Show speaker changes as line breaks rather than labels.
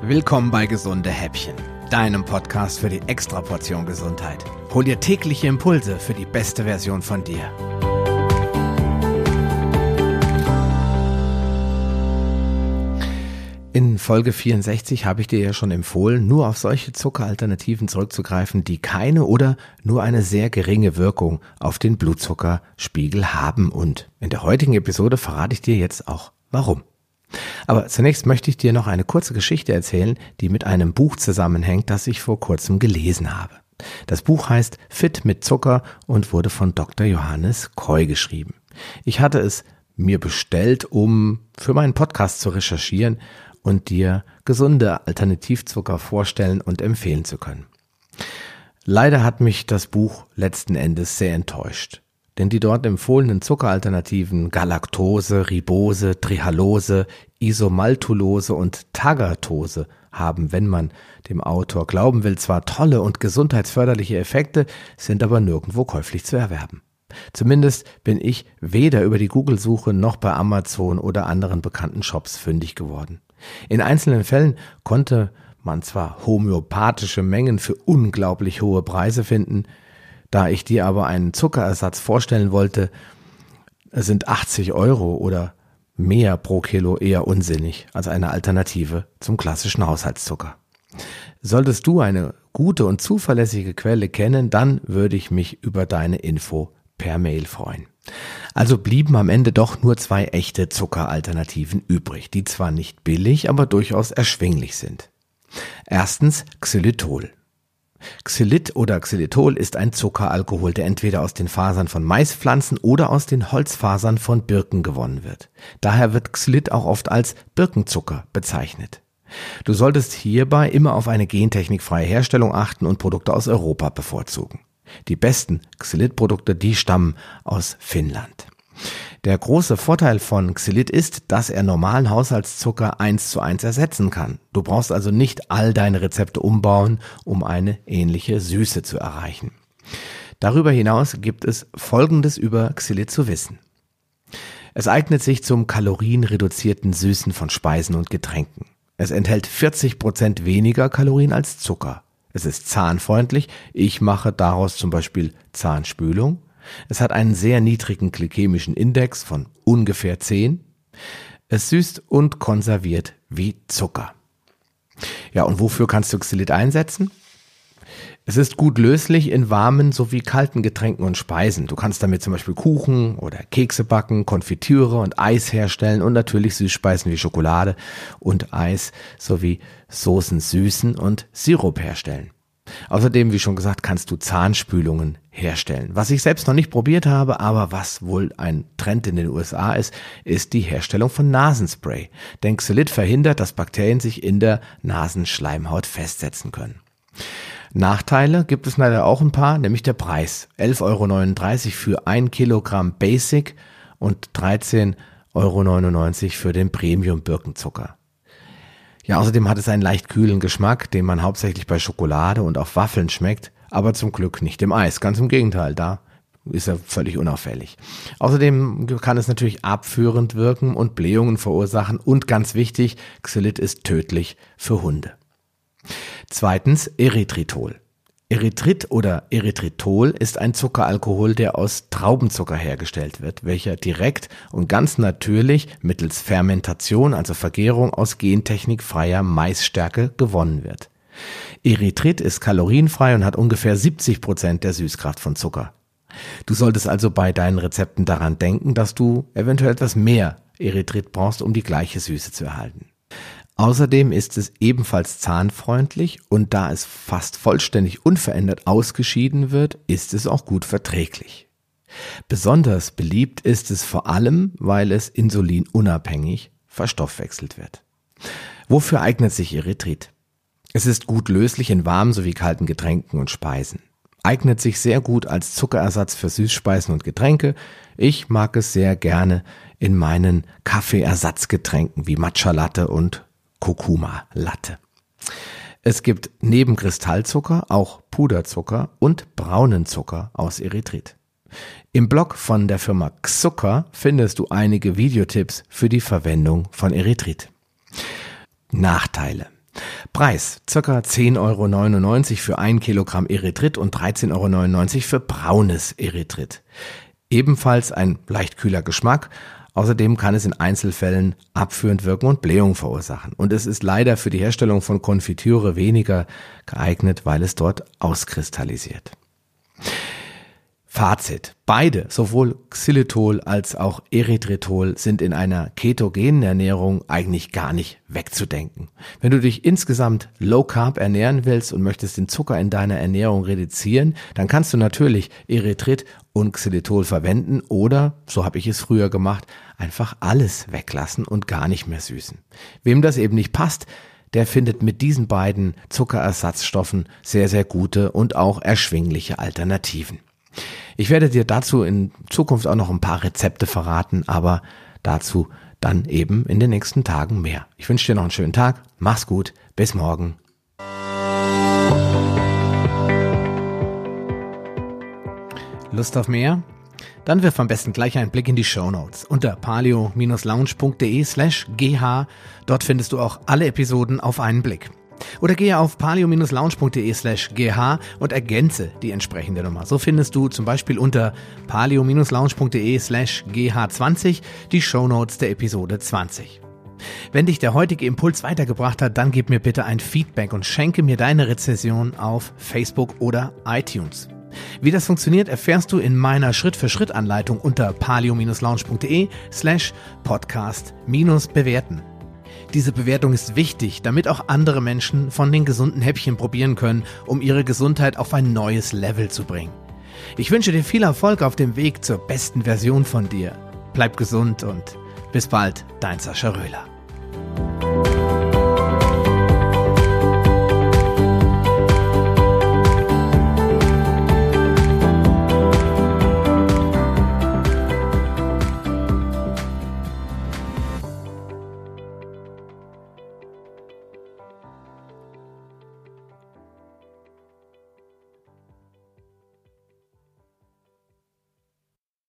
Willkommen bei Gesunde Häppchen, deinem Podcast für die Extraportion Gesundheit. Hol dir tägliche Impulse für die beste Version von dir. In Folge 64 habe ich dir ja schon empfohlen, nur auf solche Zuckeralternativen zurückzugreifen, die keine oder nur eine sehr geringe Wirkung auf den Blutzuckerspiegel haben. Und in der heutigen Episode verrate ich dir jetzt auch, warum. Aber zunächst möchte ich dir noch eine kurze Geschichte erzählen, die mit einem Buch zusammenhängt, das ich vor kurzem gelesen habe. Das Buch heißt Fit mit Zucker und wurde von Dr. Johannes Koy geschrieben. Ich hatte es mir bestellt, um für meinen Podcast zu recherchieren und dir gesunde Alternativzucker vorstellen und empfehlen zu können. Leider hat mich das Buch letzten Endes sehr enttäuscht. Denn die dort empfohlenen Zuckeralternativen Galaktose, Ribose, Trehalose, Isomaltulose und Tagatose haben, wenn man dem Autor glauben will, zwar tolle und gesundheitsförderliche Effekte, sind aber nirgendwo käuflich zu erwerben. Zumindest bin ich weder über die Google-Suche noch bei Amazon oder anderen bekannten Shops fündig geworden. In einzelnen Fällen konnte man zwar homöopathische Mengen für unglaublich hohe Preise finden, da ich dir aber einen Zuckerersatz vorstellen wollte, sind 80 € oder mehr pro Kilo eher unsinnig als eine Alternative zum klassischen Haushaltszucker. Solltest du eine gute und zuverlässige Quelle kennen, dann würde ich mich über deine Info per Mail freuen. Also blieben am Ende doch nur 2 echte Zuckeralternativen übrig, die zwar nicht billig, aber durchaus erschwinglich sind. Erstens Xylitol. Xylit oder Xylitol ist ein Zuckeralkohol, der entweder aus den Fasern von Maispflanzen oder aus den Holzfasern von Birken gewonnen wird. Daher wird Xylit auch oft als Birkenzucker bezeichnet. Du solltest hierbei immer auf eine gentechnikfreie Herstellung achten und Produkte aus Europa bevorzugen. Die besten Xylit-Produkte, die stammen aus Finnland. Der große Vorteil von Xylit ist, dass er normalen Haushaltszucker 1:1 ersetzen kann. Du brauchst also nicht all deine Rezepte umbauen, um eine ähnliche Süße zu erreichen. Darüber hinaus gibt es Folgendes über Xylit zu wissen. Es eignet sich zum kalorienreduzierten Süßen von Speisen und Getränken. Es enthält 40% weniger Kalorien als Zucker. Es ist zahnfreundlich. Ich mache daraus zum Beispiel Zahnspülung. Es hat einen sehr niedrigen glykämischen Index von ungefähr 10. Es süßt und konserviert wie Zucker. Ja, und wofür kannst du Xylit einsetzen? Es ist gut löslich in warmen sowie kalten Getränken und Speisen. Du kannst damit zum Beispiel Kuchen oder Kekse backen, Konfitüre und Eis herstellen und natürlich Süßspeisen wie Schokolade und Eis sowie Soßen süßen und Sirup herstellen. Außerdem, wie schon gesagt, kannst du Zahnspülungen herstellen. Was ich selbst noch nicht probiert habe, aber was wohl ein Trend in den USA ist, ist die Herstellung von Nasenspray. Denn Xylit verhindert, dass Bakterien sich in der Nasenschleimhaut festsetzen können. Nachteile gibt es leider auch ein paar, nämlich der Preis. 11,39 € für 1 Kilogramm Basic und 13,99 € für den Premium Birkenzucker. Ja, außerdem hat es einen leicht kühlen Geschmack, den man hauptsächlich bei Schokolade und auf Waffeln schmeckt, aber zum Glück nicht im Eis. Ganz im Gegenteil, da ist er völlig unauffällig. Außerdem kann es natürlich abführend wirken und Blähungen verursachen und ganz wichtig, Xylit ist tödlich für Hunde. Zweitens Erythritol. Erythrit oder Erythritol ist ein Zuckeralkohol, der aus Traubenzucker hergestellt wird, welcher direkt und ganz natürlich mittels Fermentation, also Vergärung, aus gentechnikfreier Maisstärke gewonnen wird. Erythrit ist kalorienfrei und hat ungefähr 70% der Süßkraft von Zucker. Du solltest also bei deinen Rezepten daran denken, dass du eventuell etwas mehr Erythrit brauchst, um die gleiche Süße zu erhalten. Außerdem ist es ebenfalls zahnfreundlich und da es fast vollständig unverändert ausgeschieden wird, ist es auch gut verträglich. Besonders beliebt ist es vor allem, weil es insulinunabhängig verstoffwechselt wird. Wofür eignet sich Erythrit? Es ist gut löslich in warmen sowie kalten Getränken und Speisen. Eignet sich sehr gut als Zuckerersatz für Süßspeisen und Getränke. Ich mag es sehr gerne in meinen Kaffeeersatzgetränken wie Matcha Latte und Kurkuma Latte. Es gibt neben Kristallzucker auch Puderzucker und braunen Zucker aus Erythrit. Im Blog von der Firma Xucker findest du einige Videotipps für die Verwendung von Erythrit. Nachteile. Preis: ca. 10,99 € für 1 Kilogramm Erythrit und 13,99 € für braunes Erythrit. Ebenfalls ein leicht kühler Geschmack. Außerdem kann es in Einzelfällen abführend wirken und Blähung verursachen. Und es ist leider für die Herstellung von Konfitüre weniger geeignet, weil es dort auskristallisiert. Fazit: Beide, sowohl Xylitol als auch Erythritol, sind in einer ketogenen Ernährung eigentlich gar nicht wegzudenken. Wenn du dich insgesamt low carb ernähren willst und möchtest den Zucker in deiner Ernährung reduzieren, dann kannst du natürlich Erythrit und Xylitol verwenden oder, so habe ich es früher gemacht, einfach alles weglassen und gar nicht mehr süßen. Wem das eben nicht passt, der findet mit diesen beiden Zuckerersatzstoffen sehr, sehr gute und auch erschwingliche Alternativen. Ich werde dir dazu in Zukunft auch noch ein paar Rezepte verraten, aber dazu dann eben in den nächsten Tagen mehr. Ich wünsche dir noch einen schönen Tag, mach's gut, bis morgen. Lust auf mehr? Dann wirf am besten gleich einen Blick in die Shownotes unter paleo-lounge.de/gh. Dort findest du auch alle Episoden auf einen Blick. Oder gehe auf paleo-lounge.de/gh und ergänze die entsprechende Nummer. So findest du zum Beispiel unter paleo-lounge.de/gh20 die Shownotes der Episode 20. Wenn dich der heutige Impuls weitergebracht hat, dann gib mir bitte ein Feedback und schenke mir deine Rezension auf Facebook oder iTunes. Wie das funktioniert, erfährst du in meiner Schritt-für-Schritt-Anleitung unter paleo-lounge.de/podcast-bewerten. Diese Bewertung ist wichtig, damit auch andere Menschen von den gesunden Häppchen probieren können, um ihre Gesundheit auf ein neues Level zu bringen. Ich wünsche dir viel Erfolg auf dem Weg zur besten Version von dir. Bleib gesund und bis bald, dein Sascha Röhler.